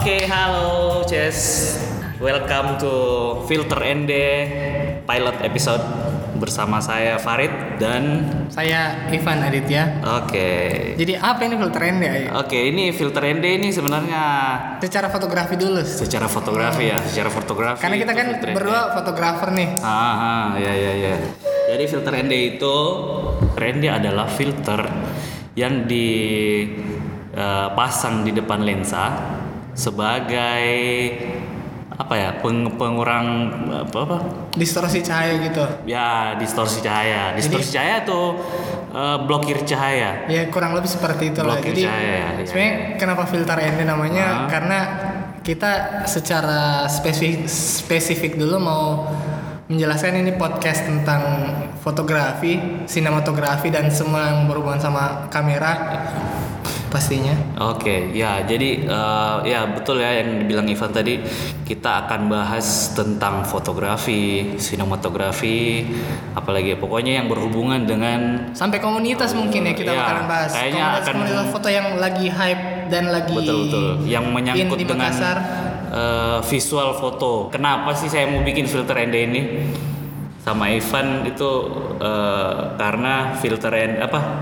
Oke, halo Ces. Welcome to Filter ND pilot episode bersama saya Farid dan saya Ivan Aditya. Oke. Jadi apa ini Filter ND? Oke, ini Filter ND ini sebenarnya secara fotografi dulu. Secara fotografi. Karena kita kan berdua fotografer nih. Ya. Jadi Filter ND itu adalah filter yang dipasang di depan lensa sebagai pengurang distorsi cahaya gitu. Ya, distorsi cahaya. Distorsi cahaya tuh blokir cahaya. Ya, kurang lebih seperti itulah. Jadi sebenarnya kenapa Filter ND namanya? Karena kita secara spesifik dulu mau menjelaskan ini podcast tentang fotografi, sinematografi dan semua yang berhubungan sama kamera pastinya. Oke, ya jadi ya betul ya yang dibilang Ivan tadi, kita akan bahas tentang fotografi, sinematografi, apalagi pokoknya yang berhubungan dengan sampai komunitas mungkin ya kita bakalan bahas. Komunitas foto yang lagi hype dan lagi betul yang menyangkut di dengan visual foto. Kenapa sih saya mau bikin Filter ND ini sama Ivan itu karena Filter ND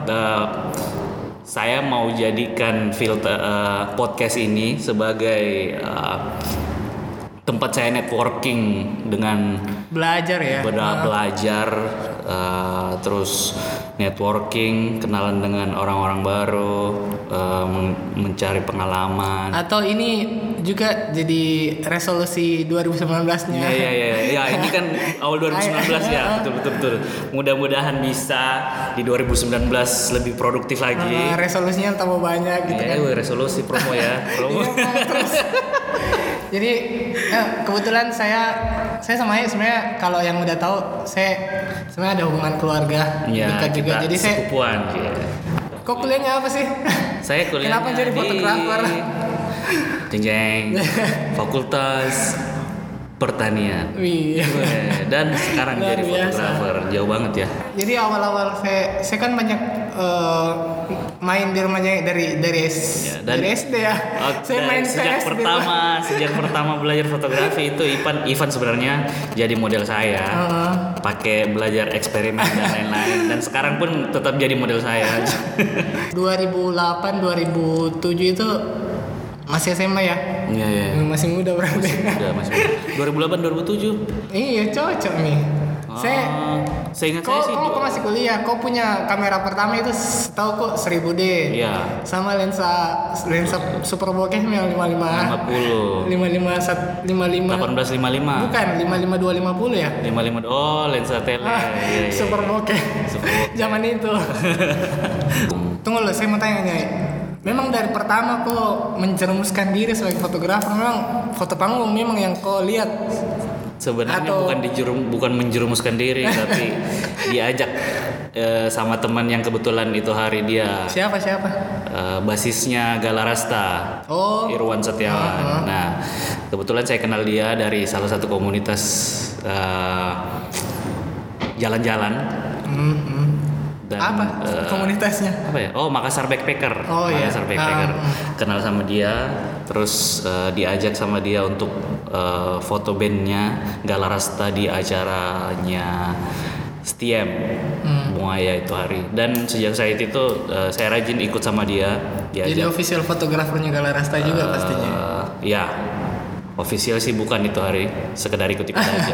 saya mau jadikan filter podcast ini sebagai tempat saya networking dengan belajar ya. Belajar terus networking, kenalan dengan orang-orang baru, mencari pengalaman. Atau ini juga jadi resolusi 2019-nya. Ya, ini kan awal 2019 ya. Betul. Mudah-mudahan bisa di 2019 lebih produktif lagi. Resolusinya tambah banyak gitu kan. Resolusi promo ya. Promo. Terus. Jadi kebetulan saya sama Ayu sebenarnya kalau yang udah tahu saya sebenarnya ada hubungan keluarga dekat juga. Jadi saya sepupuan. Kok kuliahnya apa sih? Saya kuliahnya kenapa jadi fotografer? Jeng Fakultas Pertanian. Dan sekarang jadi fotografer. Jauh banget ya. Jadi awal-awal saya kan banyak main di rumahnya dari SD ya. Saya main sejak pertama belajar fotografi itu Ivan sebenarnya jadi model saya. Pakai belajar eksperimen dan lain-lain, dan sekarang pun tetap jadi model saya. 2008 2007 itu masih SMA ya? Iya. Masih muda berarti. Masih muda. 2008 2007. Iya, cocok nih. Saya ingat saya sih. Kok masih kuliah? Kok punya kamera pertama itu setahu kok 1000D. Iya. Sama lensa super bokeh yang 55 1855. Bukan, 55250 ya? 55. Oh, lensa tele. Iya. Super bokeh. Zaman itu. Tunggu loh, saya mau tanya nih. Memang dari pertama kok menjerumuskan diri sebagai fotografer, memang foto panggung memang yang kau lihat? Sebenarnya bukan menjerumuskan diri, tapi diajak sama teman yang kebetulan itu hari dia. Siapa? Basisnya Galarasta. Irwan Setiawan. Nah, kebetulan saya kenal dia dari salah satu komunitas jalan-jalan. Dan, apa komunitasnya? Apa ya? Makassar Backpacker. Makassar Backpacker. Kenal sama dia, terus diajak sama dia untuk foto bandnya Galarasta di acaranya Stiem Buaya itu hari. Dan sejak saat itu saya rajin ikut sama dia. Jadi official fotografernya Galarasta juga pastinya. Ya, official sih bukan itu hari, sekedar ikut-ikut aja.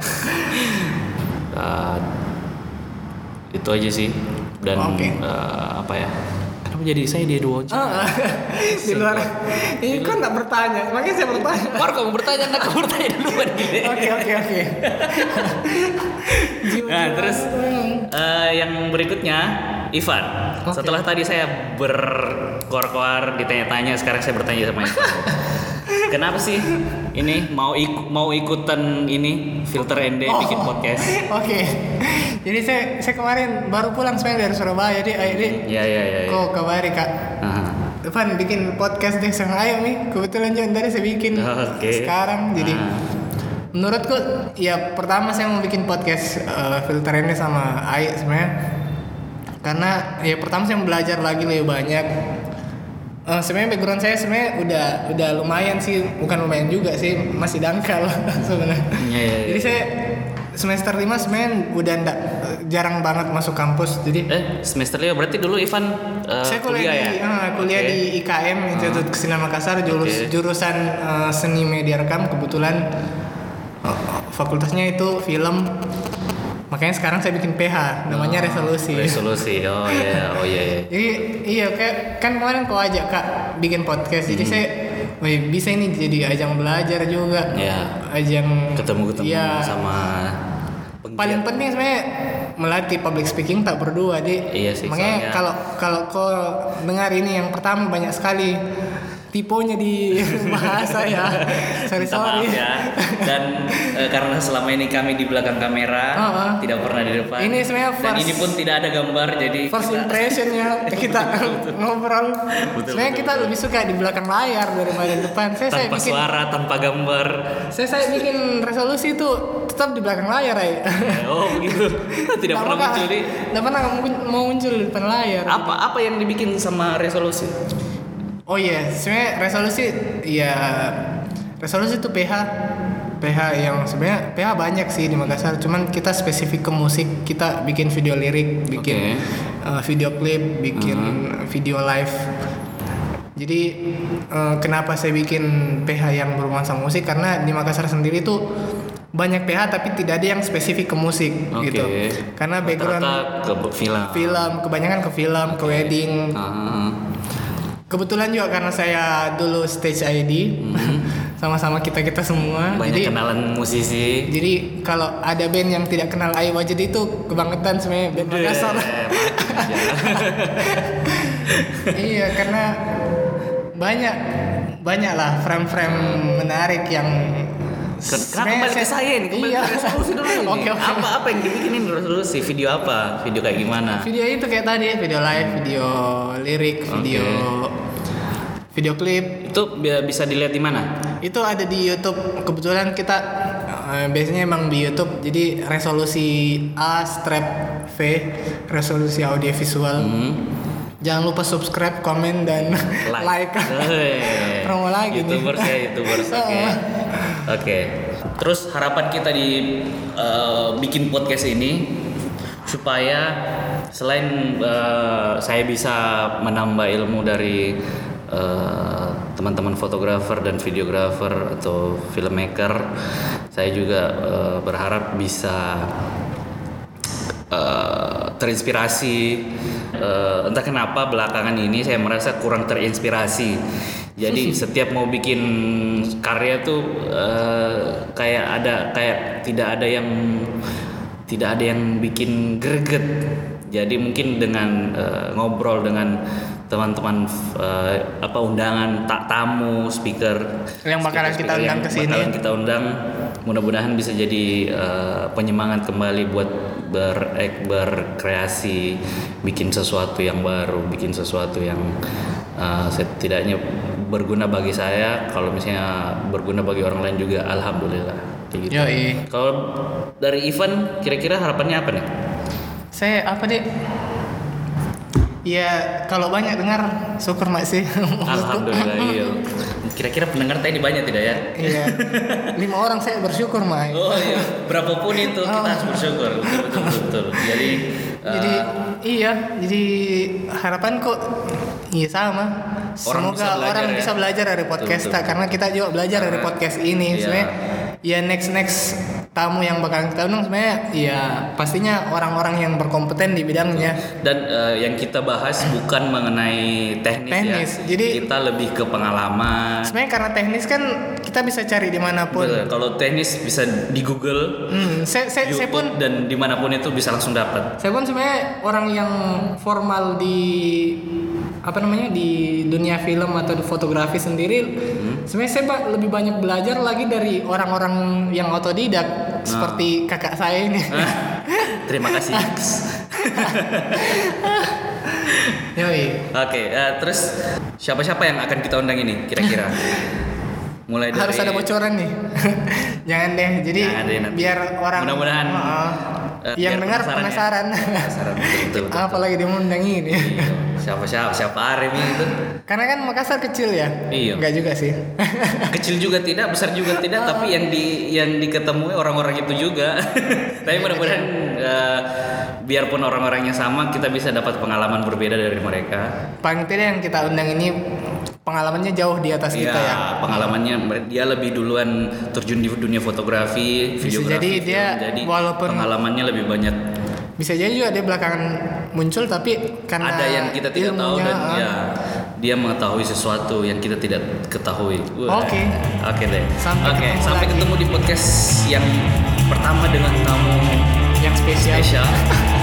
Itu aja sih. Dan apa ya? Kenapa jadi saya dia dua di luar ini kan nggak bertanya, makanya saya bertanya. Baru kamu bertanya, nggak kamu bertanya duluan gitu. Oke. Nah, terus yang berikutnya Ivan. Setelah tadi saya berkoar-koar ditanya-tanya, sekarang saya bertanya sama Ivan. Kenapa sih ini mau ikutan ini Filter ND bikin podcast? Oke. Jadi saya kemarin baru pulang sebenarnya dari Surabaya. Jadi Iya. Kok kabari Kak? Ivan bikin podcast deh sama Ayu nih. Kebetulan juga tadi saya bikin. Sekarang jadi menurutku ya pertama saya mau bikin podcast Filter ND sama Ayu sebenarnya. Karena ya pertama saya belajar lagi lebih banyak Sebenarnya background saya udah lumayan sih, bukan lumayan juga sih, masih dangkal sebenarnya. Jadi saya semester 5 sebenarnya udah jarang banget masuk kampus. Jadi semester 5 berarti dulu Ivan saya kuliah di IKM Institut Kesenian Makassar, jurusan seni media rekam. Kebetulan fakultasnya itu film. Makanya sekarang saya bikin PH, namanya resolusi. Oh iya. Jadi iya, kayak kan kemarin kau ajak Kak bikin podcast, jadi saya bisa ini jadi ajang belajar juga. Ajang ketemu sama penggiat. Paling penting sebenarnya melatih public speaking tak berdua, Iya sih. Makanya kalau kau dengar ini yang pertama banyak sekali tiponya di bahasa ya. Sorry. Maaf ya. Dan karena selama ini kami di belakang kamera, tidak pernah di depan. Ini sebenarnya dan ini pun tidak ada gambar, jadi first impressionnya kita ngobrol. Sebenarnya kita lebih suka di belakang layar daripada di depan. Tanpa suara, tanpa gambar. Saya bikin resolusi itu tetap di belakang layar ya. Oh begitu. Tidak pernah muncul di. Tidak pernah mau muncul di depan layar. Apa yang dibikin sama resolusi? Oh iya, sebenarnya resolusi itu PH yang sebenarnya PH banyak sih di Makassar, cuman kita spesifik ke musik. Kita bikin video lirik, bikin video klip, bikin video live. Jadi kenapa saya bikin PH yang berhubungan sama musik, karena di Makassar sendiri tuh banyak PH tapi tidak ada yang spesifik ke musik gitu. Karena background ke film, kebanyakan ke film, ke wedding. Kebetulan juga karena saya dulu stage ID, sama-sama kita semua. Banyak kenalan musisi. Jadi kalau ada band yang tidak kenal Ayu Wajid itu kebangetan sebenarnya band Makassar. Iya, karena banyak lah frame-frame menarik yang. Kembali ke saya nih, kembali ke resolusi dulu nih. Oke. Apa yang dibikinin resolusi? Video apa? Video kayak gimana? Video itu kayak tadi, video live, video lirik, video klip. Itu bisa dilihat di mana? Itu ada di YouTube. Kebetulan kita biasanya emang di YouTube. Jadi resolusi A/V, resolusi audio visual. Jangan lupa subscribe, komen dan like. Promo lagi YouTubers nih. YouTubers. Oke. Terus harapan kita di bikin podcast ini supaya selain saya bisa menambah ilmu dari teman-teman fotografer dan videografer atau filmmaker, saya juga berharap bisa terinspirasi. Entah kenapa belakangan ini saya merasa kurang terinspirasi. Jadi setiap mau bikin karya tuh kayak tidak ada yang bikin greget. Jadi mungkin dengan ngobrol dengan teman-teman undangan tamu speaker yang bakalan kita undang ke sini, mudah-mudahan bisa jadi penyemangat kembali buat berkreasi, bikin sesuatu yang baru, bikin sesuatu yang setidaknya berguna bagi saya. Kalau misalnya berguna bagi orang lain juga alhamdulillah gitu. Kalau dari Ivan kira-kira harapannya apa nih? Saya apa deh? Ya kalau banyak dengar syukur masih. Alhamdulillah. Iya. Kira-kira pendengar tadi banyak tidak ya? Iya. 5 orang saya bersyukur Mai. Oh iya. Berapapun itu kita harus bersyukur. Betul. Jadi Jadi harapanku sama. Semoga orang bisa belajar dari podcast kita, karena kita juga belajar dari podcast ini. Sebenarnya ya next tamu yang bakal kita undang sebenarnya ya pastinya orang-orang yang berkompeten di bidangnya. Dan yang kita bahas bukan mengenai teknis. Ya. Jadi kita lebih ke pengalaman. Sebenarnya karena teknis kan kita bisa cari dimanapun. Betul. Kalau teknis bisa di Google, saya pun dan dimanapun itu bisa langsung dapat. Saya pun sebenarnya orang yang formal di di dunia film atau di fotografi sendiri. Sebenarnya saya lebih banyak belajar lagi dari orang-orang yang otodidak seperti kakak saya ini. Terima kasih. Oke, terus siapa-siapa yang akan kita undang ini kira-kira? Mulai dari harus ada bocoran nih. Jangan deh. Jadi biar orang mudah-mudahan yang dengar penasaran. Betul. Apalagi dia mengundang ini. Iya. Siapa Aremi itu? Karena kan Makassar kecil ya. Iya. Enggak juga sih. Kecil juga tidak, besar juga tidak, tapi yang diketemui orang-orang itu juga. Tapi mudah-mudahan biarpun orang-orangnya sama, kita bisa dapat pengalaman berbeda dari mereka. Paling tidak yang kita undang ini pengalamannya jauh di atas kita ya. Pengalamannya dia lebih duluan terjun di dunia fotografi, videografi. Jadi walaupun pengalamannya lebih banyak. Bisa jadi juga dia belakangan muncul, tapi karena ada yang kita tidak tahu dan dia mengetahui sesuatu yang kita tidak ketahui. Oke deh. Sampai ketemu di podcast yang pertama dengan tamu yang spesial.